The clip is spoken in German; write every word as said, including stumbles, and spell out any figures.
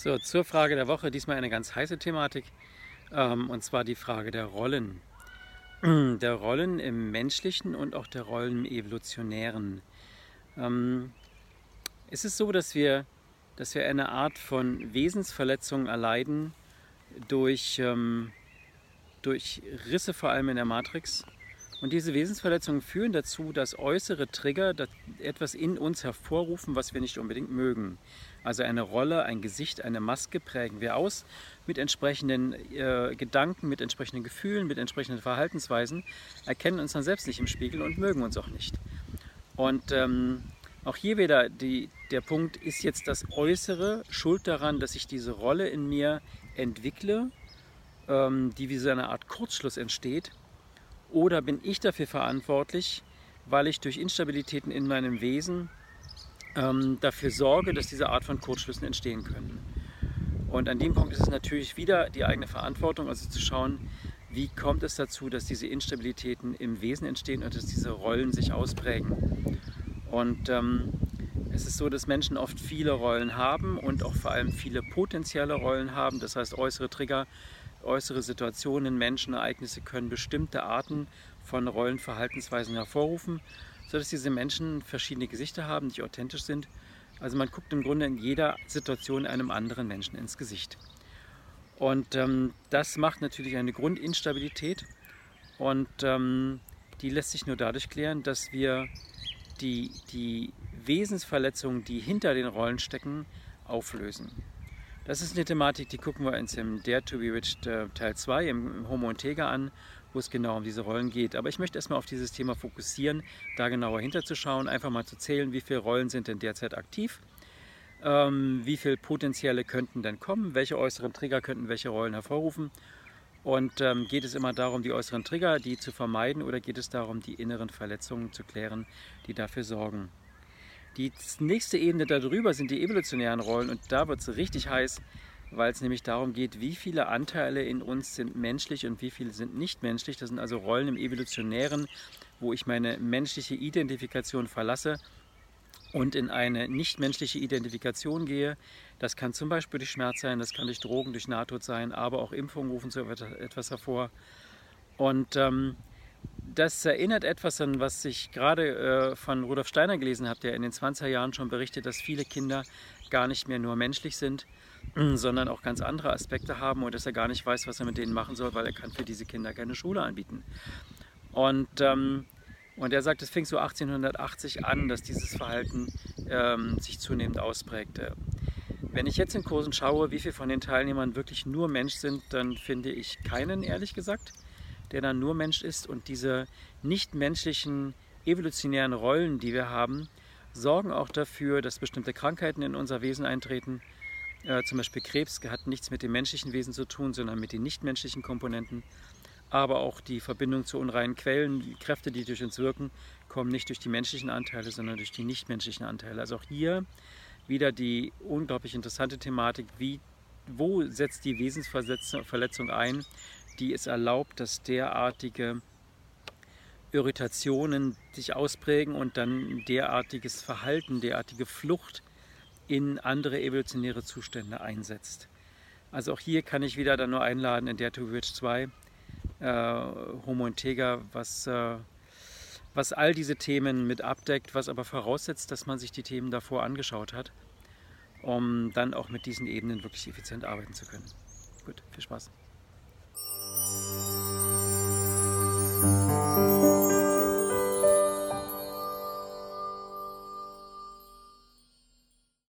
So, zur Frage der Woche, diesmal eine ganz heiße Thematik, ähm, und zwar die Frage der Rollen. Der Rollen im menschlichen und auch der Rollen im evolutionären. Ähm, es ist so, dass wir, dass wir eine Art von Wesensverletzung erleiden durch, ähm, durch Risse vor allem in der Matrix. Und diese Wesensverletzungen führen dazu, dass äußere Trigger etwas in uns hervorrufen, was wir nicht unbedingt mögen. Also eine Rolle, ein Gesicht, eine Maske prägen wir aus mit entsprechenden äh, Gedanken, mit entsprechenden Gefühlen, mit entsprechenden Verhaltensweisen, erkennen uns dann selbst nicht im Spiegel und mögen uns auch nicht. Und ähm, auch hier wieder die, der Punkt, ist jetzt das Äußere schuld daran, dass ich diese Rolle in mir entwickle, ähm, die wie so eine Art Kurzschluss entsteht? Oder bin ich dafür verantwortlich, weil ich durch Instabilitäten in meinem Wesen ähm, dafür sorge, dass diese Art von Kurzschlüssen entstehen können? Und an dem Punkt ist es natürlich wieder die eigene Verantwortung, also zu schauen, wie kommt es dazu, dass diese Instabilitäten im Wesen entstehen und dass diese Rollen sich ausprägen. Und ähm, es ist so, dass Menschen oft viele Rollen haben und auch vor allem viele potenzielle Rollen haben, das heißt äußere Trigger, äußere Situationen, Menschen, Ereignisse können bestimmte Arten von Rollenverhaltensweisen hervorrufen, sodass diese Menschen verschiedene Gesichter haben, die authentisch sind. Also man guckt im Grunde in jeder Situation einem anderen Menschen ins Gesicht. Und ähm, das macht natürlich eine Grundinstabilität und ähm, die lässt sich nur dadurch klären, dass wir die, die Wesensverletzungen, die hinter den Rollen stecken, auflösen. Das ist eine Thematik, die gucken wir uns im Dare to be Rich Teil zwei, im Homo Integer an, wo es genau um diese Rollen geht. Aber ich möchte erstmal auf dieses Thema fokussieren, da genauer hinterzuschauen, einfach mal zu zählen, wie viele Rollen sind denn derzeit aktiv, ähm, wie viele potenzielle könnten denn kommen, welche äußeren Trigger könnten welche Rollen hervorrufen. Und ähm, geht es immer darum, die äußeren Trigger, die zu vermeiden, oder geht es darum, die inneren Verletzungen zu klären, die dafür sorgen? Die nächste Ebene darüber sind die evolutionären Rollen und da wird es richtig heiß, weil es nämlich darum geht, wie viele Anteile in uns sind menschlich und wie viele sind nicht menschlich. Das sind also Rollen im evolutionären, wo ich meine menschliche Identifikation verlasse und in eine nichtmenschliche Identifikation gehe. Das kann zum Beispiel durch Schmerz sein, das kann durch Drogen, durch Nahtod sein, aber auch Impfungen rufen so etwas hervor. Und ähm, das erinnert etwas an, was ich gerade äh, von Rudolf Steiner gelesen habe, der in den zwanziger Jahren schon berichtet, dass viele Kinder gar nicht mehr nur menschlich sind, sondern auch ganz andere Aspekte haben und dass er gar nicht weiß, was er mit denen machen soll, weil er kann für diese Kinder keine Schule anbieten. Und, ähm, und er sagt, es fing so achtzehnhundertachtzig an, dass dieses Verhalten ähm, sich zunehmend ausprägte. Wenn ich jetzt in Kursen schaue, wie viele von den Teilnehmern wirklich nur Mensch sind, dann finde ich keinen, ehrlich gesagt, der dann nur Mensch ist, und diese nichtmenschlichen evolutionären Rollen, die wir haben, sorgen auch dafür, dass bestimmte Krankheiten in unser Wesen eintreten. Äh, zum Beispiel Krebs hat nichts mit dem menschlichen Wesen zu tun, sondern mit den nichtmenschlichen Komponenten. Aber auch die Verbindung zu unreinen Quellen, die Kräfte, die durch uns wirken, kommen nicht durch die menschlichen Anteile, sondern durch die nichtmenschlichen Anteile. Also auch hier wieder die unglaublich interessante Thematik, wie, wo setzt die Wesensverletzung ein, die es erlaubt, dass derartige Irritationen sich ausprägen und dann derartiges Verhalten, derartige Flucht in andere evolutionäre Zustände einsetzt. Also auch hier kann ich wieder dann nur einladen in Dare to be Rich zwei, äh, Homo Integer, was, äh, was all diese Themen mit abdeckt, was aber voraussetzt, dass man sich die Themen davor angeschaut hat, um dann auch mit diesen Ebenen wirklich effizient arbeiten zu können. Gut, viel Spaß. Thank you.